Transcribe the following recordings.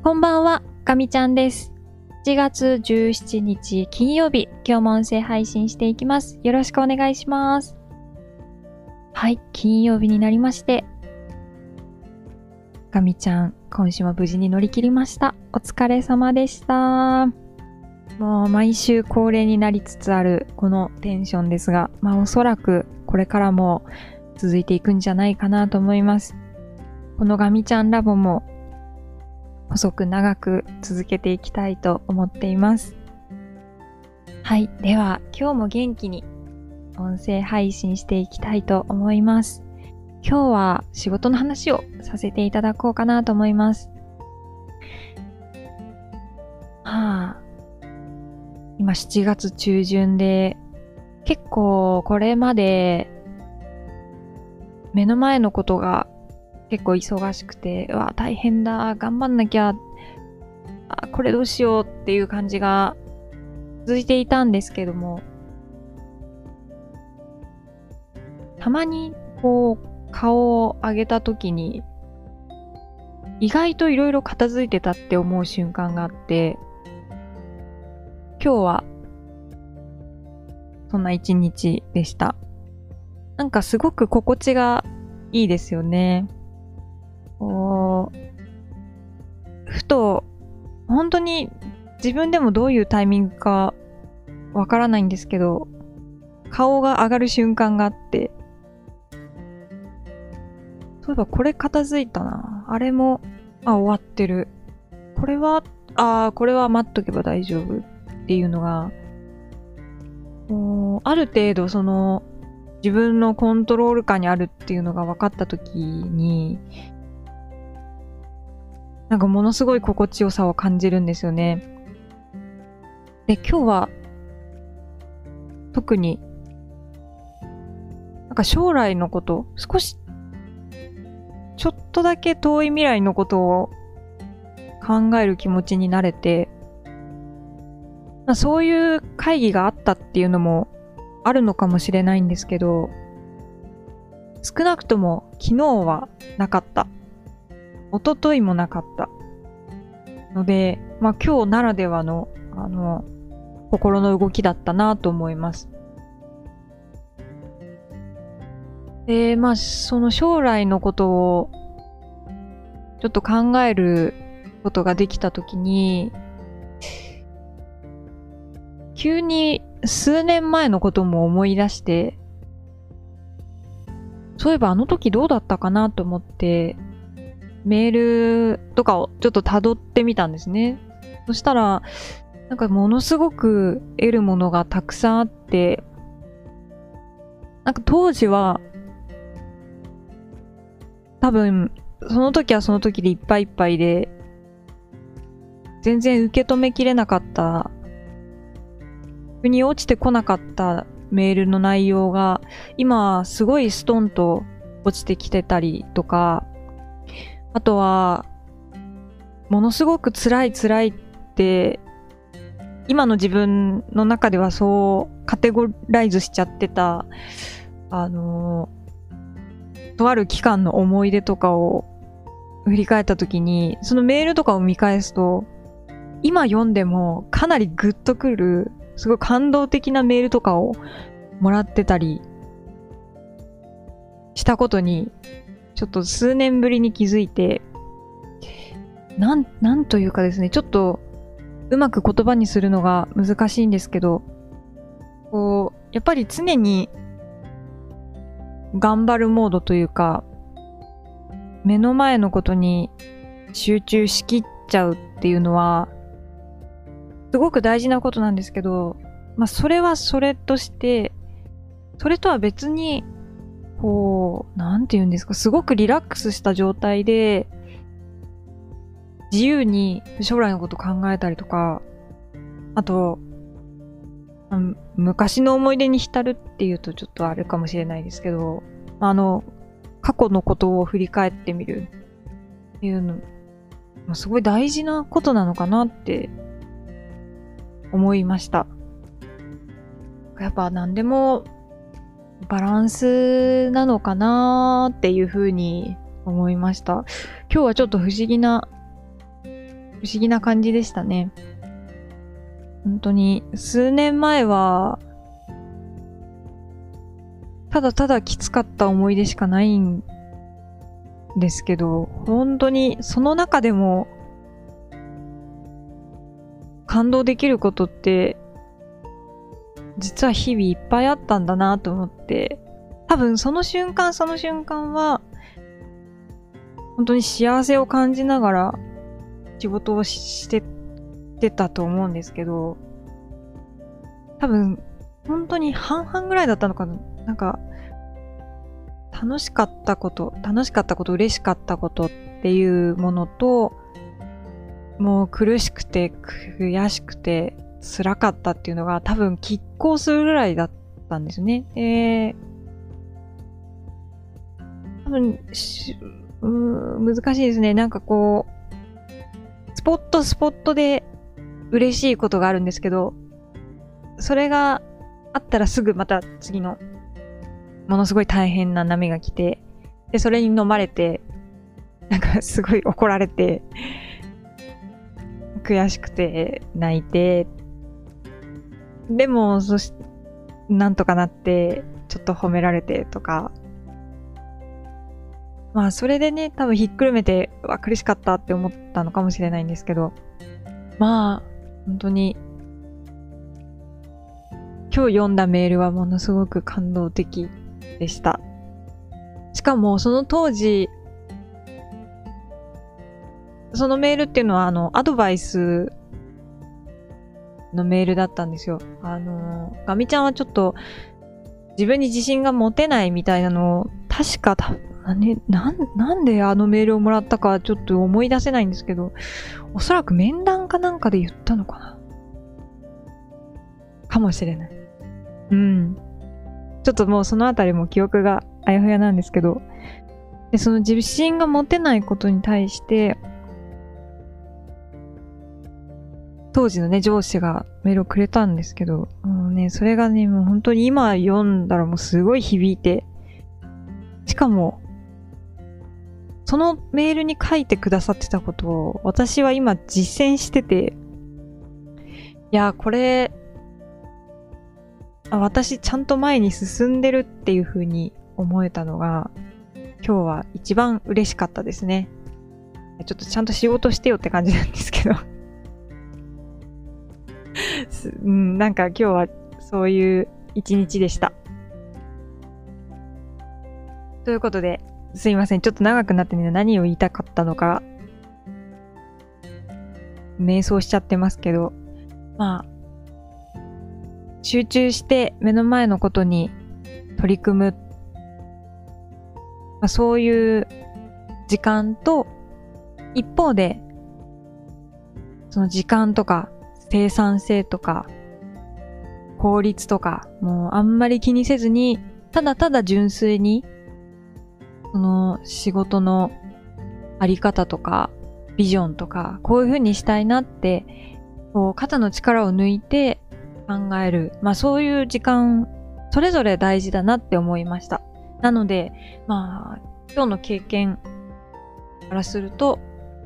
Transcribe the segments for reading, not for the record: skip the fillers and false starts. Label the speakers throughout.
Speaker 1: こんばんは、かみちゃんです。7月17日金曜日、今日も音声配信していきます。よろしくお願いします。はい、金曜日になりまして、かみちゃん、今週も無事に乗り切りました。お疲れ様でした。もう毎週恒例になりつつあるこのテンションですが、おそらくこれからも続いていくんじゃないかなと思います。このガミちゃんラボも細く長く続けていきたいと思っています。はい。では、今日も元気に音声配信していきたいと思います。今日は仕事の話をさせていただこうかなと思います。今7月中旬で、結構これまで目の前のことが結構忙しくて、大変だ、頑張んなきゃ、これどうしようっていう感じが続いていたんですけども、たまにこう顔を上げた時に意外といろいろ片付いてたって思う瞬間があって、今日はそんな一日でした。なんかすごく心地がいいですよね。ふと本当に自分でもどういうタイミングかわからないんですけど、顔が上がる瞬間があって、そういえばこれ片付いたな。あれも、終わってる。これは待っとけば大丈夫っていうのが、ある程度その自分のコントロール下にあるっていうのが分かった時に、なんかものすごい心地よさを感じるんですよね。で、今日は特になんか将来のこと、少しちょっとだけ遠い未来のことを考える気持ちになれて、そういう会議があったっていうのもあるのかもしれないんですけど、少なくとも昨日はなかった。一昨日もなかったので、今日ならではの心の動きだったなと思います。で、その将来のことをちょっと考えることができたときに、急に数年前のことも思い出して、そういえばあの時どうだったかなと思って、メールとかをちょっと辿ってみたんですね。そしたら、なんかものすごく得るものがたくさんあって、なんか当時は、多分、その時はその時でいっぱいいっぱいで、全然受け止めきれなかった、腑に落ちてこなかったメールの内容が、今すごいストンと落ちてきてたりとか、あとは、ものすごく辛いって、今の自分の中ではそうカテゴライズしちゃってた、とある期間の思い出とかを振り返った時に、そのメールとかを見返すと、今読んでもかなりグッとくる、すごい感動的なメールとかをもらってたりしたことに、ちょっと数年ぶりに気づいて、なんというかですね、ちょっとうまく言葉にするのが難しいんですけど、やっぱり常に頑張るモードというか、目の前のことに集中しきっちゃうっていうのは、すごく大事なことなんですけど、それはそれとして、それとは別に、なんて言うんですか、すごくリラックスした状態で、自由に将来のこと考えたりとか、あと、昔の思い出に浸るっていうとちょっとあれかもしれないですけど、過去のことを振り返ってみるっていうの、すごい大事なことなのかなって思いました。やっぱ何でもバランスなのかなっていうふうに思いました。今日はちょっと不思議な不思議な感じでしたね。本当に、数年前は、ただただきつかった思い出しかないんですけど、本当にその中でも感動できることって実は日々いっぱいあったんだなと思って、多分その瞬間その瞬間は本当に幸せを感じながら仕事をしてたと思うんですけど、多分本当に半々ぐらいだったのかな。なんか楽しかったこと、嬉しかったことっていうものと、もう苦しくて悔しくて辛かったっていうのが多分拮抗するぐらいだったんですね。多分難しいですね。なんかこうスポットで嬉しいことがあるんですけど、それがあったらすぐまた次のものすごい大変な波が来て、でそれに飲まれて、なんかすごい怒られて悔しくて泣いて、でもなんとかなってちょっと褒められてとか、まあそれでね、多分ひっくるめて苦しかったって思ったのかもしれないんですけど、まあ本当に今日読んだメールはものすごく感動的でした。しかもその当時、そのメールっていうのはアドバイスのメールだったんですよ。ガミちゃんはちょっと自分に自信が持てないみたいなのを確かなんであのメールをもらったかちょっと思い出せないんですけど、おそらく面談かなんかで言ったのかな。かもしれない。ちょっともうそのあたりも記憶があやふやなんですけど、でその自信が持てないことに対して、当時のね、上司がメールをくれたんですけど、もうね、それがね、もう本当に今読んだらもうすごい響いて、しかも、そのメールに書いてくださってたことを私は今実践してて、いや、これ、私ちゃんと前に進んでるっていう風に思えたのが、今日は一番嬉しかったですね。ちょっとちゃんと仕事してよって感じなんですけど。なんか今日はそういう一日でした。ということで、すいません。ちょっと長くなってね、何を言いたかったのか、迷走しちゃってますけど、まあ、集中して目の前のことに取り組む、そういう時間と、一方で、その時間とか生産性とか効率とか、もうあんまり気にせずに、ただただ純粋に、その仕事のあり方とか、ビジョンとか、こういう風にしたいなって、こう肩の力を抜いて考える。そういう時間、それぞれ大事だなって思いました。なので、今日の経験からすると、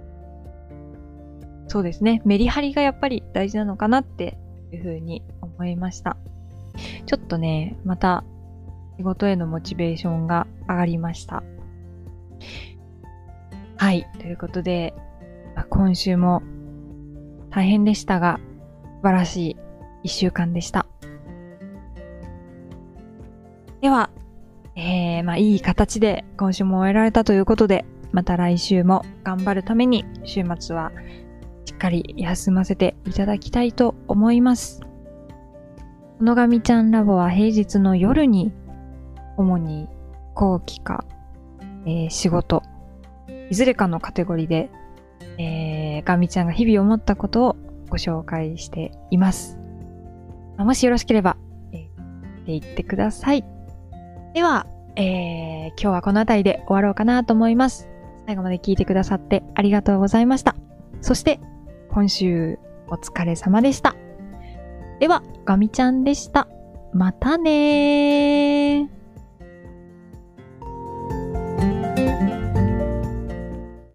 Speaker 1: そうですね、メリハリがやっぱり大事なのかなっていう風に思いました。ちょっとね、また仕事へのモチベーションが上がりました。はい、ということで、今週も大変でしたが、素晴らしい一週間でした。では、いい形で今週も終えられたということで、また来週も頑張るために週末はしっかり休ませていただきたいと思います。このがみちゃんラボは平日の夜に主に後期か、仕事、いずれかのカテゴリーで、ガミちゃんが日々思ったことをご紹介しています。もしよろしければ、言ってください。では、今日はこの辺りで終わろうかなと思います。最後まで聞いてくださってありがとうございました。そして、今週お疲れ様でした。では、ガミちゃんでした。またねー。